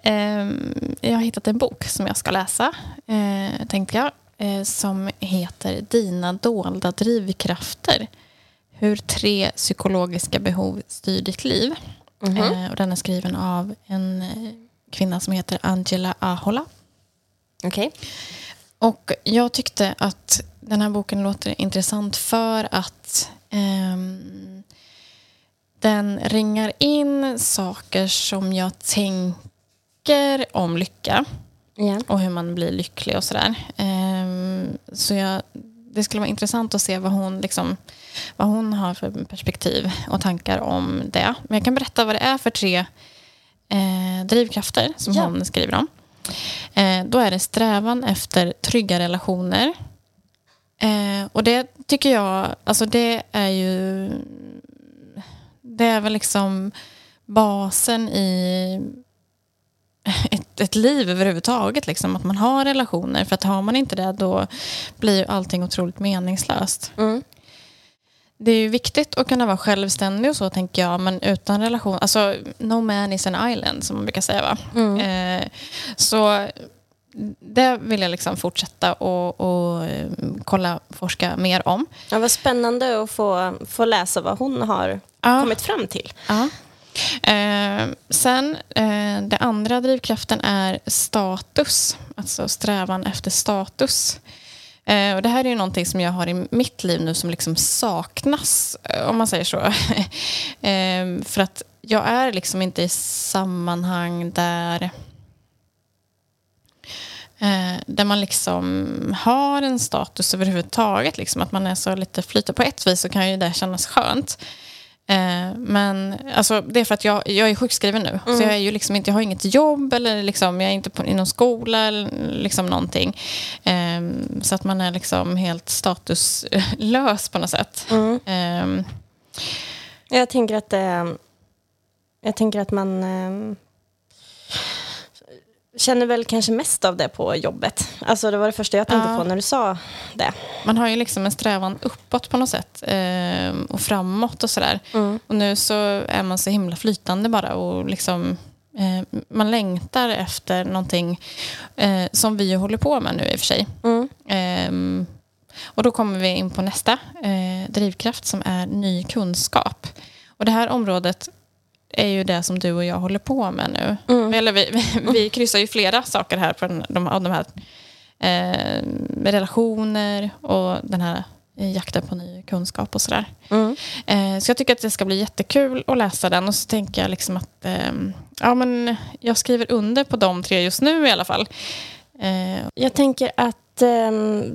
Eh, jag har hittat en bok som jag ska läsa, eh, tänkte jag, eh, som heter Dina dolda drivkrafter. Hur tre psykologiska behov styr ditt liv. Mm-hmm. Eh, och den är skriven av en eh, kvinna som heter Angela Ahola. Okej. Okay. Och jag tyckte att den här boken låter intressant för att ehm, den ringar in saker som jag tänker om lycka. Yeah. Och hur man blir lycklig och sådär. Ehm, så jag, det skulle vara intressant att se vad hon, liksom, vad hon har för perspektiv och tankar om det. Men jag kan berätta vad det är för tre eh, drivkrafter som ja. hon skriver om. Eh, då är det strävan efter trygga relationer. Eh, och det tycker jag, alltså det är ju, det är väl liksom basen i ett, ett liv överhuvudtaget. Liksom, att man har relationer. För att har man inte det, då blir ju allting otroligt meningslöst. Mm. Det är ju viktigt att kunna vara självständig och så, tänker jag. Men utan relation, alltså no man is an island, som man brukar säga, va? Mm. Eh, så det vill jag liksom fortsätta och, och kolla, forska mer om. Ja, vad spännande att få, få läsa vad hon har ja. kommit fram till. Ja. Eh, sen, eh, det andra drivkraften är status. Alltså strävan efter status. Eh, och det här är ju någonting som jag har i mitt liv nu som liksom saknas, om man säger så. eh, för att jag är liksom inte i sammanhang där eh, där man liksom har en status överhuvudtaget. Liksom, att man är så lite flyter på ett vis, så kan ju det kännas skönt. Eh, men alltså, det är för att jag, jag är sjukskriven nu. Mm. Så jag är ju liksom inte, jag har inget jobb eller liksom, jag är inte på, i någon skola eller liksom någonting. Eh, så att man är liksom helt statuslös på något sätt. Mm. Eh, jag tänker att eh, jag tänker att man eh, känner väl kanske mest av det på jobbet. Alltså det var det första jag tänkte ja. på när du sa det. Man har ju liksom en strävan uppåt på något sätt. Eh, och framåt och sådär. Mm. Och nu så är man så himla flytande bara. Och liksom, eh, man längtar efter någonting eh, som vi håller på med nu i och för sig. Mm. Eh, och då kommer vi in på nästa eh, drivkraft som är ny kunskap. Och det här området är ju det som du och jag håller på med nu. Mm. Eller vi, vi, vi kryssar ju flera saker här på den, de, av de här eh, relationer och den här jakten på ny kunskap och sådär. Mm. Eh, så jag tycker att det ska bli jättekul att läsa den. Och så tänker jag liksom att eh, ja, men jag skriver under på de tre just nu i alla fall. Eh. Jag tänker att eh,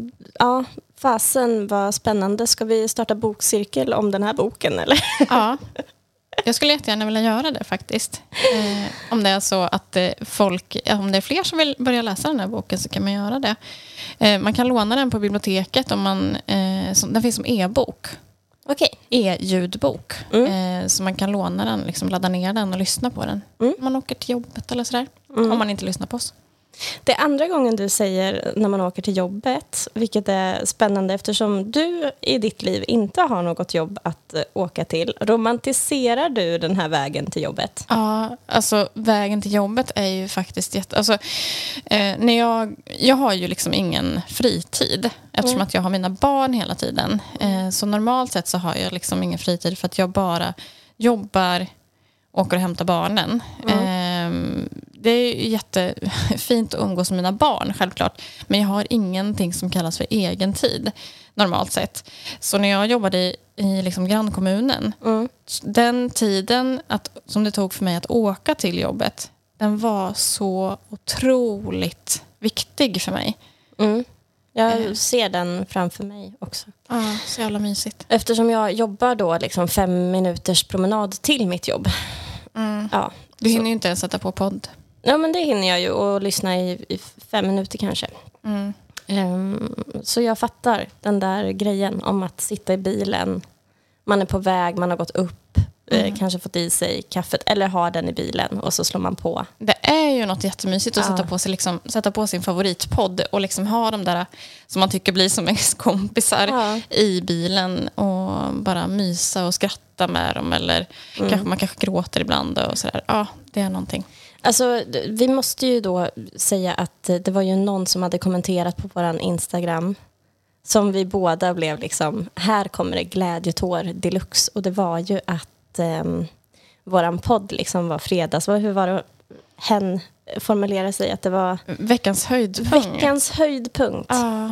ja, fasen var spännande. Ska vi starta bokcirkel om den här boken eller? Ja. Jag skulle jättegärna vilja göra det faktiskt. Eh, om det är så att eh, folk, om det är fler som vill börja läsa den här boken, så kan man göra det. Eh, man kan låna den på biblioteket om man, eh, som, den finns som e-bok. Okej. E-ljudbok. Mm. Eh, så man kan låna den, liksom ladda ner den och lyssna på den. Mm. Om man åker till jobbet eller sådär. Mm. Om man inte lyssnar på oss. Det är andra gången du säger när man åker till jobbet, vilket är spännande eftersom du i ditt liv inte har något jobb att åka till. Romantiserar du den här vägen till jobbet? Ja, alltså vägen till jobbet är ju faktiskt jätte... Alltså, eh, när jag, jag har ju liksom ingen fritid eftersom mm. att jag har mina barn hela tiden. Eh, så normalt sett så har jag liksom ingen fritid för att jag bara jobbar, åker och hämtar barnen. Mm. Eh, Det är ju jättefint att umgås med mina barn, självklart. Men jag har ingenting som kallas för egen tid, normalt sett. Så när jag jobbade i, i liksom grannkommunen, mm. den tiden att, som det tog för mig att åka till jobbet, den var så otroligt viktig för mig. Mm. Jag eh. ser den framför mig också. Ja, så jävla mysigt. Eftersom jag jobbar då liksom fem minuters promenad till mitt jobb. Mm. Ja, du hinner så. ju inte ens sätta på podd. Ja, men det hinner jag ju och lyssna i, i fem minuter kanske. Mm. Um, så jag fattar den där grejen om att sitta i bilen. Man är på väg, man har gått upp, mm. eh, kanske fått i sig kaffet eller har den i bilen och så slår man på. Det är ju något jättemysigt att ja. sätta, på sig, liksom, sätta på sin favoritpodd och liksom ha de där som man tycker blir som ens kompisar ja. i bilen och bara mysa och skratta med dem eller mm. kanske man kanske gråter ibland och sådär. Ja, det är någonting. Alltså, vi måste ju då säga att det var ju någon som hade kommenterat på våran Instagram som vi båda blev liksom, här kommer det glädjetår deluxe. Och det var ju att um, våran podd liksom var fredags. Hur var det hen formulerade sig? Att det var veckans höjdpunkt. Veckans höjdpunkt. Ja.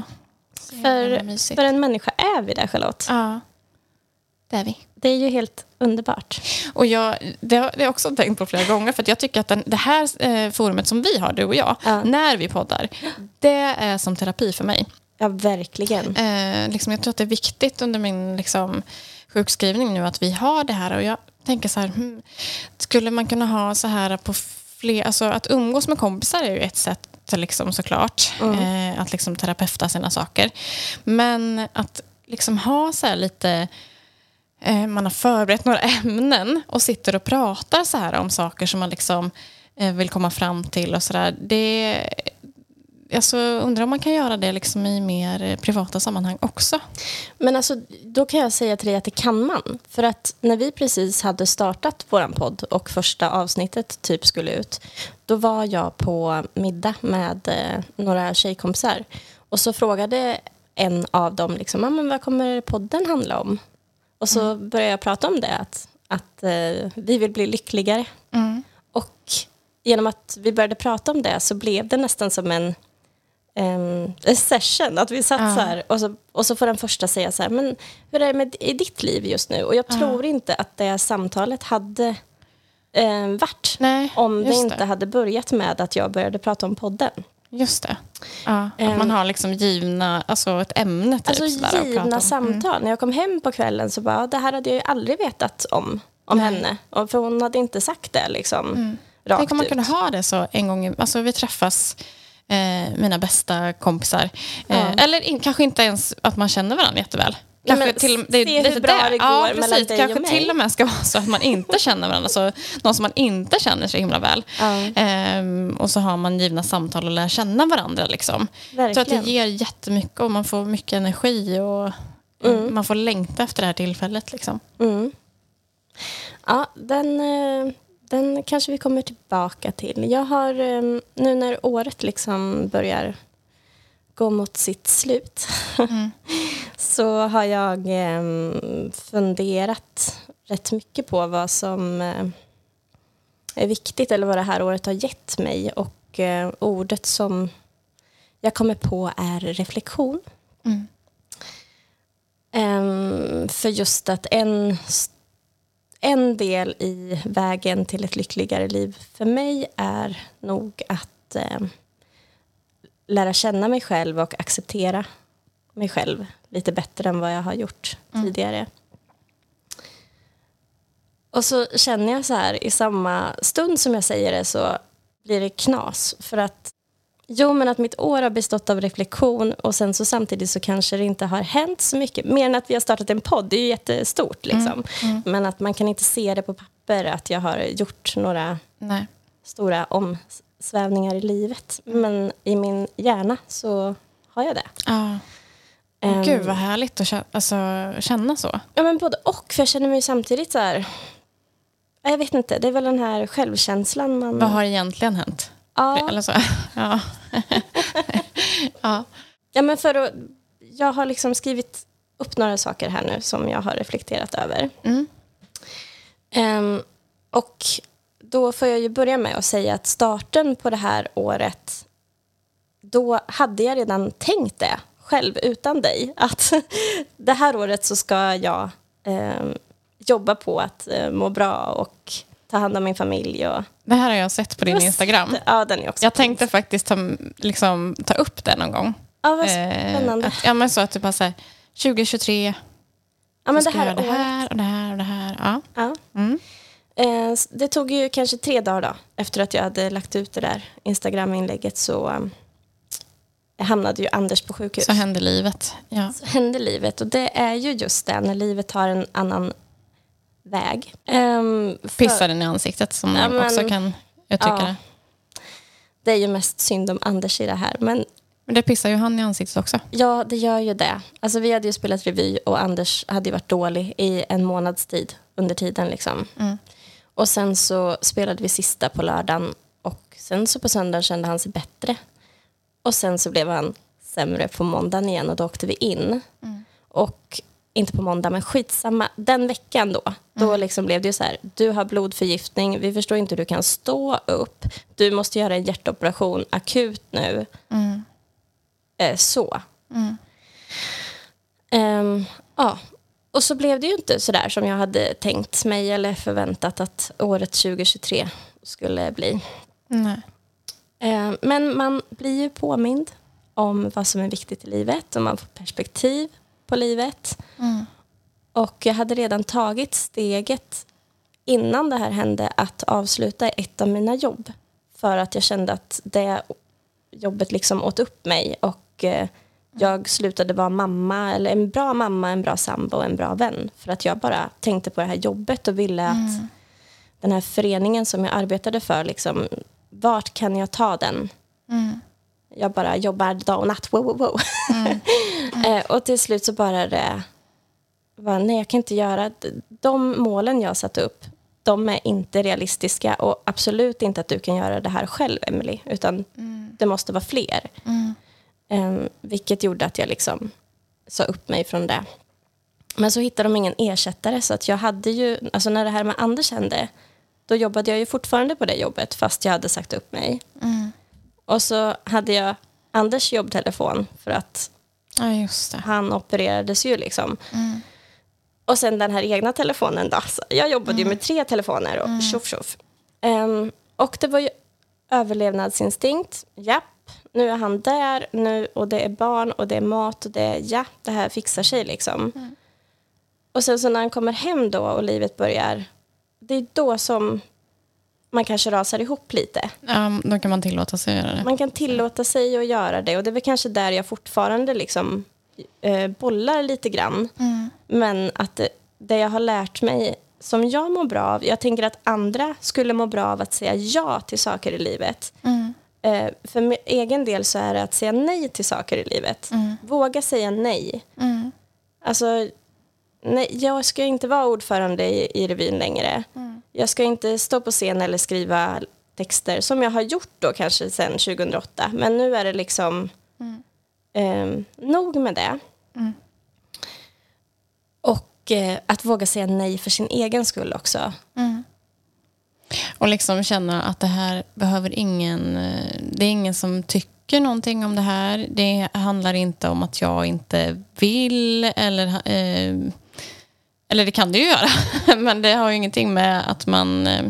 För, för en människa är vi där, Charlotte. Ja, det är vi. Det är ju helt underbart. Och jag, det har jag också tänkt på flera gånger. För att jag tycker att den, det här eh, forumet som vi har, du och jag, ja. när vi poddar, det är som terapi för mig. Ja, verkligen. Eh, liksom, jag tror att det är viktigt under min liksom, sjukskrivning nu att vi har det här. Och jag tänker så här, hmm, skulle man kunna ha så här på fler... Alltså att umgås med kompisar är ju ett sätt liksom, såklart. Mm. Eh, att liksom terapeuta sina saker. Men att liksom ha så här lite... Eh, man har förberett några ämnen och sitter och pratar så här om saker som man liksom eh, vill komma fram till och sådär. Det... Alltså, undrar om man kan göra det liksom i mer privata sammanhang också. Men alltså, då kan jag säga till dig att det kan man. För att när vi precis hade startat våran podd och första avsnittet typ skulle ut, då var jag på middag med eh, några tjejkompisar. Och så frågade en av dem liksom, ah, men vad kommer podden handla om? Och så mm. började jag prata om det, att, att eh, vi vill bli lyckligare. Mm. Och genom att vi började prata om det så blev det nästan som en Um, session, att vi satt uh. så här och så, och så får den första säga så här, men hur är det med i ditt liv just nu? Och jag uh. tror inte att det samtalet hade um, varit Nej, om det inte det. hade börjat med att jag började prata om podden. Just det. Ja, um, att man har liksom givna, alltså ett ämne typ. Alltså sådär givna samtal. Mm. När jag kom hem på kvällen så bara, det här hade jag ju aldrig vetat om, om henne. Och för hon hade inte sagt det liksom mm. rakt Tänk om man ut. kunde ha det så en gång, alltså vi träffas Eh, mina bästa kompisar. Eh, ja. Eller in, kanske inte ens att man känner varandra jätteväl. Kanske men, till, det är se lite hur bra där. det går ja, mellan precis. dig Kanske och mig. till och med ska vara så att man inte känner varandra. Så någon som man inte känner så himla väl. Ja. Eh, och så har man givna samtal och lär känna varandra. Liksom. Jag tror att det ger jättemycket och man får mycket energi och mm. man får längta efter det här tillfället. Liksom. Mm. Ja, den... Eh... Den kanske vi kommer tillbaka till. Jag har, nu när året liksom börjar gå mot sitt slut mm. så har jag funderat rätt mycket på vad som är viktigt eller vad det här året har gett mig. Och ordet som jag kommer på är reflektion. Mm. För just att en En del i vägen till ett lyckligare liv för mig är nog att eh, lära känna mig själv och acceptera mig själv lite bättre än vad jag har gjort mm. tidigare. Och så känner jag så här, i samma stund som jag säger det så blir det knas. För att, jo men att mitt år har bestått av reflektion och sen så samtidigt så kanske det inte har hänt så mycket. Mer än att vi har startat en podd, det är ju jättestort liksom. Mm, mm. Men att man kan inte se det på papper att jag har gjort några Nej. stora omsvävningar i livet. Men i min hjärna så har jag det. Ah. Um, Gud vad härligt att känna, alltså, känna så. Ja men både och, för jag känner mig samtidigt så här, jag vet inte, det är väl den här självkänslan man... Vad har egentligen hänt? Ja. Eller så. Ja. ja. Ja, men för att, jag har liksom skrivit upp några saker här nu som jag har reflekterat över. Mm. Um, och då får jag ju börja med att säga att starten på det här året, då hade jag redan tänkt det själv utan dig. Att det här året så ska jag um, jobba på att uh, må bra och ta hand om min familj. Och... Det här har jag sett på din Just, Instagram. Ja, den är också jag tänkte fint. faktiskt ta, liksom, ta upp det någon gång. Ja, vad spännande. Eh, att, ja, men så att du bara säger tjugo tjugotre ja, men så det här, det här och det här och det här. Ja. Ja. Mm. Eh, det tog ju kanske tre dagar då, efter att jag hade lagt ut det där Instagram-inlägget så um, hamnade ju Anders på sjukhus. Så hände livet. Ja. Så hände livet och det är ju just det, när livet har en annan väg. Um, för... Pissar den i ansiktet som ja, man men, också kan uttrycka ja. det. Det är ju mest synd om Anders i det här. Men, men det pissar ju han i ansiktet också. Ja, det gör ju det. Alltså, vi hade ju spelat revy och Anders hade ju varit dålig i en månads tid under tiden. Liksom. Mm. Och sen så spelade vi sista på lördagen Och sen så på söndagen kände han sig bättre. Och sen så blev han sämre på måndagen igen och då åkte vi in. Mm. Och inte på måndag, men skitsamma. Den veckan då, då mm. liksom blev det ju så här, du har blodförgiftning, vi förstår inte hur du kan stå upp. Du måste göra en hjärtoperation akut nu. Mm. Eh, så. Mm. Um, ja. Och så blev det ju inte så där som jag hade tänkt mig eller förväntat att året tjugohundratjugotre skulle bli. Nej. Uh, men man blir ju påmind om vad som är viktigt i livet och man får perspektiv på livet. Mm. Och jag hade redan tagit steget innan det här hände att avsluta ett av mina jobb. För att jag kände att det jobbet liksom åt upp mig och eh, jag slutade vara mamma, eller en bra mamma, en bra sambo, en bra vän. För att jag bara tänkte på det här jobbet och ville att mm. den här föreningen som jag arbetade för, liksom, vart kan jag ta den? Mm. Jag bara jobbar dag och natt. Wow, wow, wow. Mm. Mm. Och till slut så bara det var, nej, jag kan inte göra de målen jag satt upp. De är inte realistiska och absolut inte att du kan göra det här själv, Emily, utan mm. det måste vara fler. Mm. Um, vilket gjorde att jag liksom sa upp mig från det. Men så hittade de ingen ersättare så att jag hade ju, alltså när det här med Anders hände, då jobbade jag ju fortfarande på det jobbet fast jag hade sagt upp mig. Mm. Och så hade jag Anders jobbtelefon för att ja, just det. Han opererades ju liksom. Mm. Och sen den här egna telefonen då. Så jag jobbade mm. ju med tre telefoner och mm. tjoff tjoff. Um, och det var ju överlevnadsinstinkt. Japp, nu är han där nu och det är barn och det är mat och det är ja, det här fixar sig liksom. Mm. Och sen så när han kommer hem då och livet börjar, det är då som man kanske rasar ihop lite. Ja, då kan man tillåta sig att göra det. Man kan tillåta sig att göra det. Och det är väl kanske där jag fortfarande liksom eh, bollar lite grann. Mm. Men att det, det jag har lärt mig som jag mår bra av. Jag tänker att andra skulle må bra av att säga ja till saker i livet. Mm. Eh, för min egen del så är det att säga nej till saker i livet. Mm. Våga säga nej. Mm. Alltså, nej, jag ska inte vara ordförande i, i revyn längre. Mm. Jag ska inte stå på scen eller skriva texter som jag har gjort då kanske sedan tjugohundraåtta. Men nu är det liksom mm. eh, nog med det. Mm. Och eh, att våga säga nej för sin egen skull också. Mm. Och liksom känna att det här behöver ingen, det är ingen som tycker någonting om det här. Det handlar inte om att jag inte vill eller eh, eller det kan det ju göra. Men det har ju ingenting med att man eh,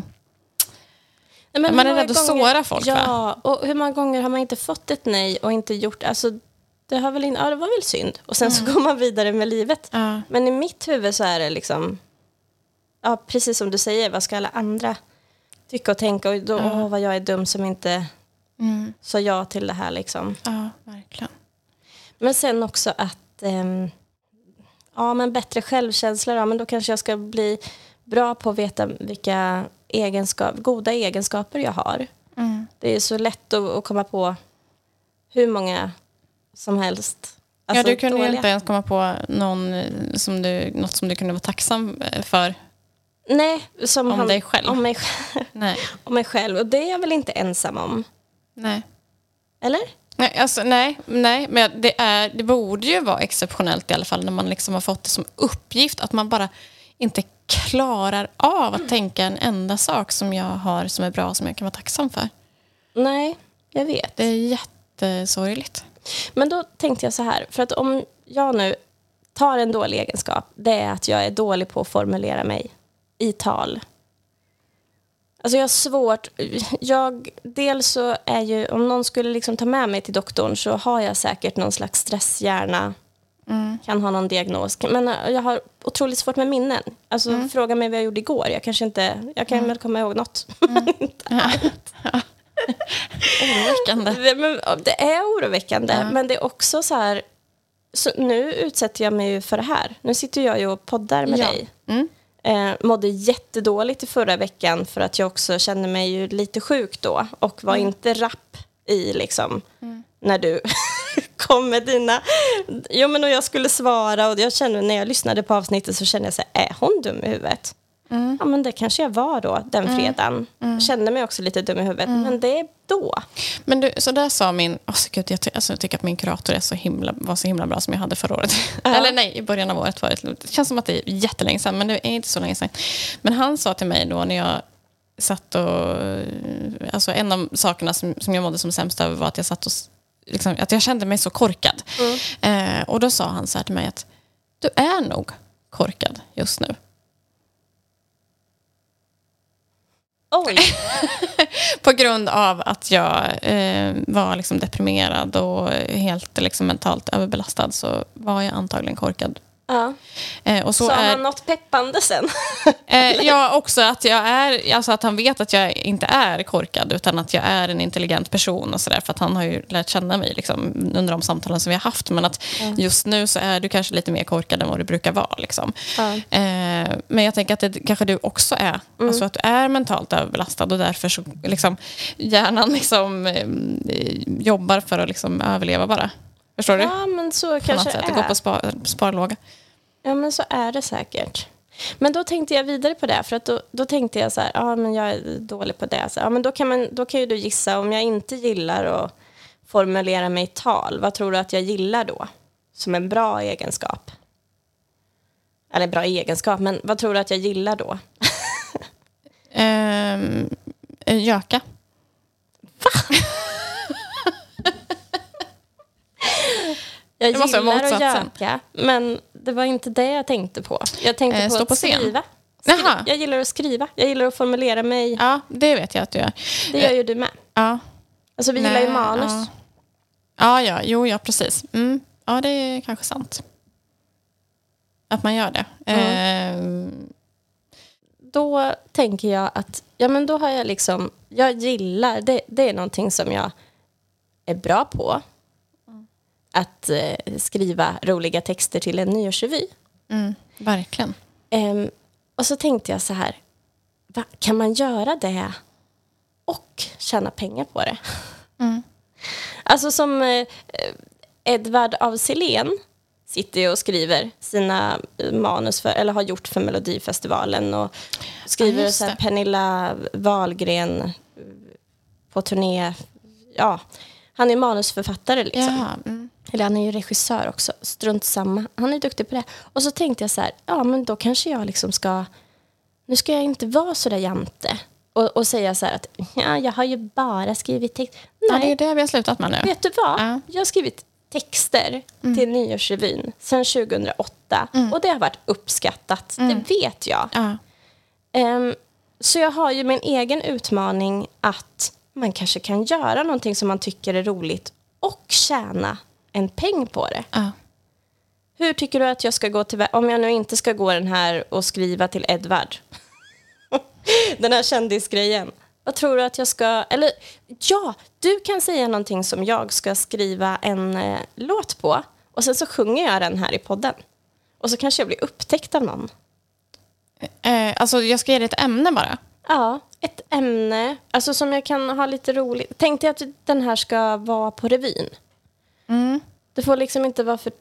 nej, men man är rädd att såra folk. Ja, va? Och hur många gånger har man inte fått ett nej och inte gjort, alltså det har väl in, ja, det var väl synd. Och sen mm. så går man vidare med livet. Ja. Men i mitt huvud så är det liksom, ja, precis som du säger, vad ska alla andra tycka och tänka? Och då, ja. åh, vad jag är dum som inte mm. sa ja till det här liksom. Ja, verkligen. Men sen också att ehm, ja, men bättre självkänsla då, men då kanske jag ska bli bra på att veta vilka egenskap, goda egenskaper jag har. Mm. Det är så lätt att, att komma på hur många som helst. Alltså, ja, du kunde dåliga. ju inte ens komma på någon som du, något som du kunde vara tacksam för. Nej, som om han, dig själv. Om mig själv. Nej. Om mig själv. Och det är jag väl inte ensam om. Nej. Eller? Nej, alltså, nej, nej, men det, är, det borde ju vara exceptionellt i alla fall när man liksom har fått det som uppgift att man bara inte klarar av att mm. tänka en enda sak som jag har som är bra som jag kan vara tacksam för. Nej, jag vet. Det är jättesorgligt. Men då tänkte jag så här, för att om jag nu tar en dålig egenskap, det är att jag är dålig på att formulera mig i tal. Alltså jag har svårt, jag, dels så är ju, om någon skulle liksom ta med mig till doktorn så har jag säkert någon slags stresshjärna, mm. kan ha någon diagnos, men jag har otroligt svårt med minnen. Alltså mm. fråga mig vad jag gjorde igår, jag kanske inte, jag kan mm. väl komma ihåg något, mm. men inte allt. Ja. Oroväckande. Det, men, det är oroväckande, ja. Men det är också så här, så nu utsätter jag mig ju för det här. Nu sitter jag ju och poddar med ja. dig. Mm. Eh, mådde jättedåligt i förra veckan för att jag också kände mig ju lite sjuk då och var mm. inte rapp i liksom mm. när du kom med dina, jo men och jag skulle svara och jag kände när jag lyssnade på avsnittet så kände jag så här, är hon dum i huvudet? Mm. Ja, men det kanske jag var då, den fredagen. Mm. Mm. Jag kände mig också lite dum i huvudet, mm. men det är då. Men du, så där sa min... Oh, Gud, jag, ty- alltså, jag tycker att min kurator är så himla, var så himla bra som jag hade förra året. Ja. Eller nej, i början av året var det. Det känns som att det är jättelänge sedan, men det är inte så länge sedan. Men han sa till mig då när jag satt och... Alltså en av sakerna som, som jag mådde som sämst över var att jag satt och... Liksom, att jag kände mig så korkad. Mm. Eh, och då sa han så här till mig att du är nog korkad just nu. Oj. På grund av att jag eh, var liksom deprimerad och helt liksom mentalt överbelastad så var jag antagligen korkad. Ja. Eh, och så Sa är, han något peppande sen? eh, ja, också att jag är, alltså att han vet att jag inte är korkad utan att jag är en intelligent person och sådär, för att han har ju lärt känna mig liksom, under de samtalen som vi har haft, men att mm. just nu så är du kanske lite mer korkad än vad du brukar vara liksom. Mm. Eh, men jag tänker att det kanske du också är, mm. alltså att du är mentalt överbelastad och därför så liksom hjärnan liksom eh, jobbar för att liksom överleva bara. Förstår du? Ja, men så kanske sätt. är. Det går på spar, sparlåga. Ja, men så är det säkert. Men då tänkte jag vidare på det. För att då, då tänkte jag så här, ja men jag är dålig på det. Så, ja, men då kan, man, då kan ju du gissa, om jag inte gillar att formulera mig i tal, vad tror du att jag gillar då? Som en bra egenskap. Eller bra egenskap, men vad tror du att jag gillar då? ehm, Jöka. Va? Jag det gillar att göka, men det var inte det jag tänkte på. Jag tänkte eh, på att på skriva. Skri- jag gillar att skriva. Jag gillar att formulera mig. Ja, det vet jag att du gör. Det gör ju du med. Ja. Alltså vi Nej, gillar ju manus. Ja, ja, ja jo, ja, precis. Mm. Ja, det är kanske sant. Att man gör det. Mm. Eh. Då tänker jag att, ja men då har jag liksom, jag gillar, det, det är någonting som jag är bra på. Att eh, skriva roliga texter till en nyårsrevy. Mm, verkligen. Um, och så tänkte jag så här, va, kan man göra det och tjäna pengar på det? Mm. Alltså som eh, Edvard af Sillén sitter ju och skriver sina manus för, eller har gjort för Melodifestivalen och skriver ja, så här, Pernilla Wahlgren på turné. Ja, han är manusförfattare liksom. Ja, mm. Eller han är ju regissör också. Strunt samma. Han är duktig på det. Och så tänkte jag så här, ja men då kanske jag liksom ska, nu ska jag inte vara så där jante. Och, och säga så här att, ja jag har ju bara skrivit text. Nej, ja, det är det vi har slutat med nu. Vet du vad? Ja. Jag har skrivit texter mm. till Nyårsrevyn sedan tjugohundraåtta. Mm. Och det har varit uppskattat. Mm. Det vet jag. Ja. Um, så jag har ju min egen utmaning att man kanske kan göra någonting som man tycker är roligt och tjäna en peng på det. Ja. Hur tycker du att jag ska gå till, om jag nu inte ska gå den här och skriva till Edvard? Den här kändisgrejen. Vad tror du att jag ska, eller ja, du kan säga någonting som jag ska skriva en eh, låt på och sen så sjunger jag den här i podden. Och så kanske jag blir upptäckt av någon. Eh, alltså jag ska ge dig ett ämne bara. Ja, ett ämne. Alltså som jag kan ha lite roligt. Tänkte jag att den här ska vara på revyn. Mm. Det får liksom inte vara för...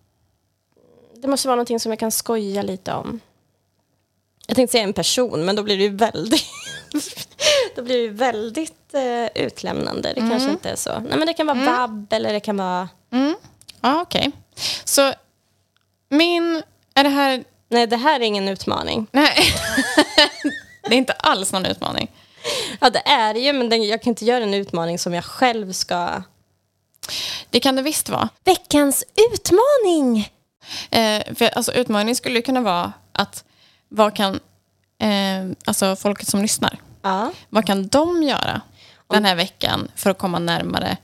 Det måste vara någonting som jag kan skoja lite om. Jag tänkte säga en person, men då blir det ju väldigt... då blir det ju väldigt uh, utlämnande. Det mm. kanske inte är så. Nej, men det kan vara mm. vabb eller det kan vara... Mm. Ja, okej. Okay. Så min... Är det här... Nej, det här är ingen utmaning. Nej. Det är inte alls någon utmaning. Ja, det är det ju, men den, jag kan inte göra en utmaning som jag själv ska... Det kan det visst vara. Veckans utmaning! Eh, för, alltså, utmaningen skulle kunna vara att vad kan eh, alltså folket som lyssnar, ja. vad kan de göra den här veckan för att komma närmare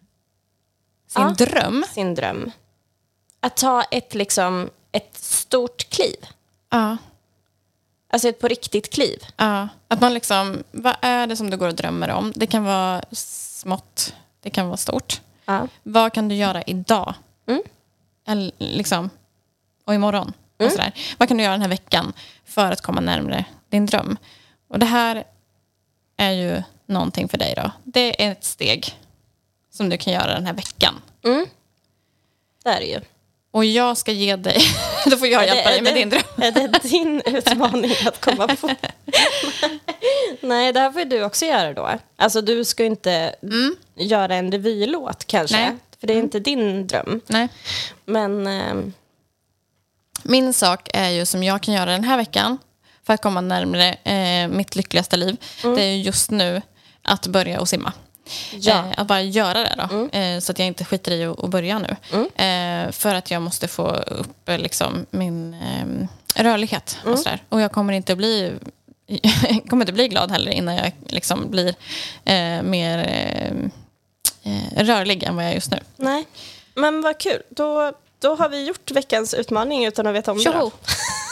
sin ja, dröm? Sin dröm. Att ta ett, liksom, ett stort kliv. Ja. Alltså ett på riktigt kliv. Ja. Att man liksom, vad är det som du går och drömmer om? Det kan vara smått, det kan vara stort. Ja. Vad kan du göra idag? Mm. Eller, liksom, och imorgon? Mm. Och sådär. Vad kan du göra den här veckan för att komma närmare din dröm? Och det här är ju någonting för dig då. Det är ett steg som du kan göra den här veckan. Mm. Det är det ju. Och jag ska ge dig, då får jag hjälpa dig med det, din dröm. Är det din utmaning att komma på? Nej, det här får du också göra då. Alltså du ska inte mm. göra en revylåt kanske. Nej. För det är mm. inte din dröm. Nej. Men... Ähm... Min sak är ju som jag kan göra den här veckan för att komma närmare eh, mitt lyckligaste liv. Mm. Det är ju just nu att börja och simma. Ja. Eh, att bara göra det då. Mm. Eh, så att jag inte skiter i att, att börja nu. Mm. Eh, för att jag måste få upp eh, liksom, min eh, rörlighet. Mm. Och, sådär. Och jag kommer inte bli kommer inte bli glad heller innan jag liksom blir eh, mer eh, rörlig än vad jag är just nu. Nej, men vad kul. Då, då har vi gjort veckans utmaning utan att veta om Tjoho. det.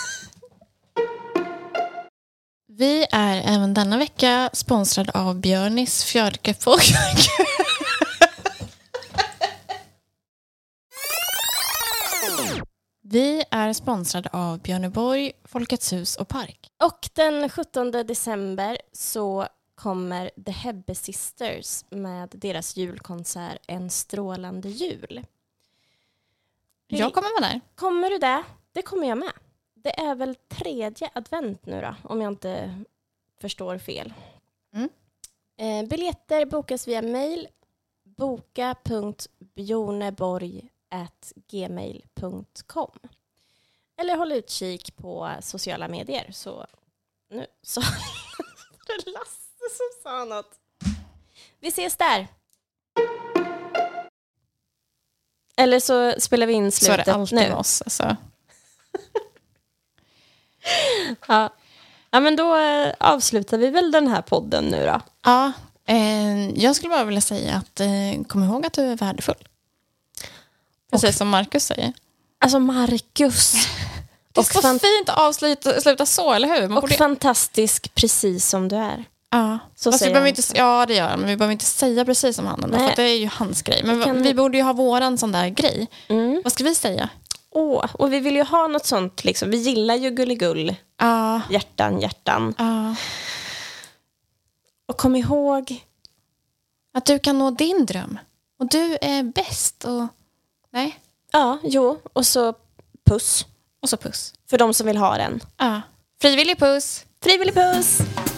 Vi är även denna vecka sponsrad av Björnis Fjörkefolk. Vi är sponsrade av Björneborg, Folkets hus och park. Och den sjuttonde december så kommer The Hebbe Sisters med deras julkonsert En strålande jul. Jag kommer vara där. Kommer du där? Det kommer jag med. Det är väl tredje advent nu då, om jag inte förstår fel. Mm. Eh, biljetter bokas via mail boka punkt bjorneborg at gmail punkt com eller håll utkik på sociala medier. Så nu så det är Lasse som sa något. Vi ses där. Eller så spelar vi in slutet nu. Så är det alltid nu. med oss. Alltså. Ja. Ja, men då eh, avslutar vi väl den här podden nu då. Ja, eh, jag skulle bara vilja säga att eh, kom ihåg att du är värdefull. Precis och, som Marcus säger. Alltså Marcus. Det är så fan... fint att avsluta sluta så, eller hur? Man och borde... fantastisk precis som du är. Ja, så säger vi inte, ja det gör han, men vi behöver inte säga precis som han. För det är ju hans grej. Men kan... vi borde ju ha våran sån där grej. Mm. Vad ska vi säga? Åh, och vi vill ju ha något sånt liksom. Vi gillar ju gulligull. Ja. Hjärtan, hjärtan. Ja. Och kom ihåg att du kan nå din dröm. Och du är bäst. Och... Nej. Ja, jo. Och så puss. Och så puss. För de som vill ha den. Ja. Frivillig puss. Frivillig puss.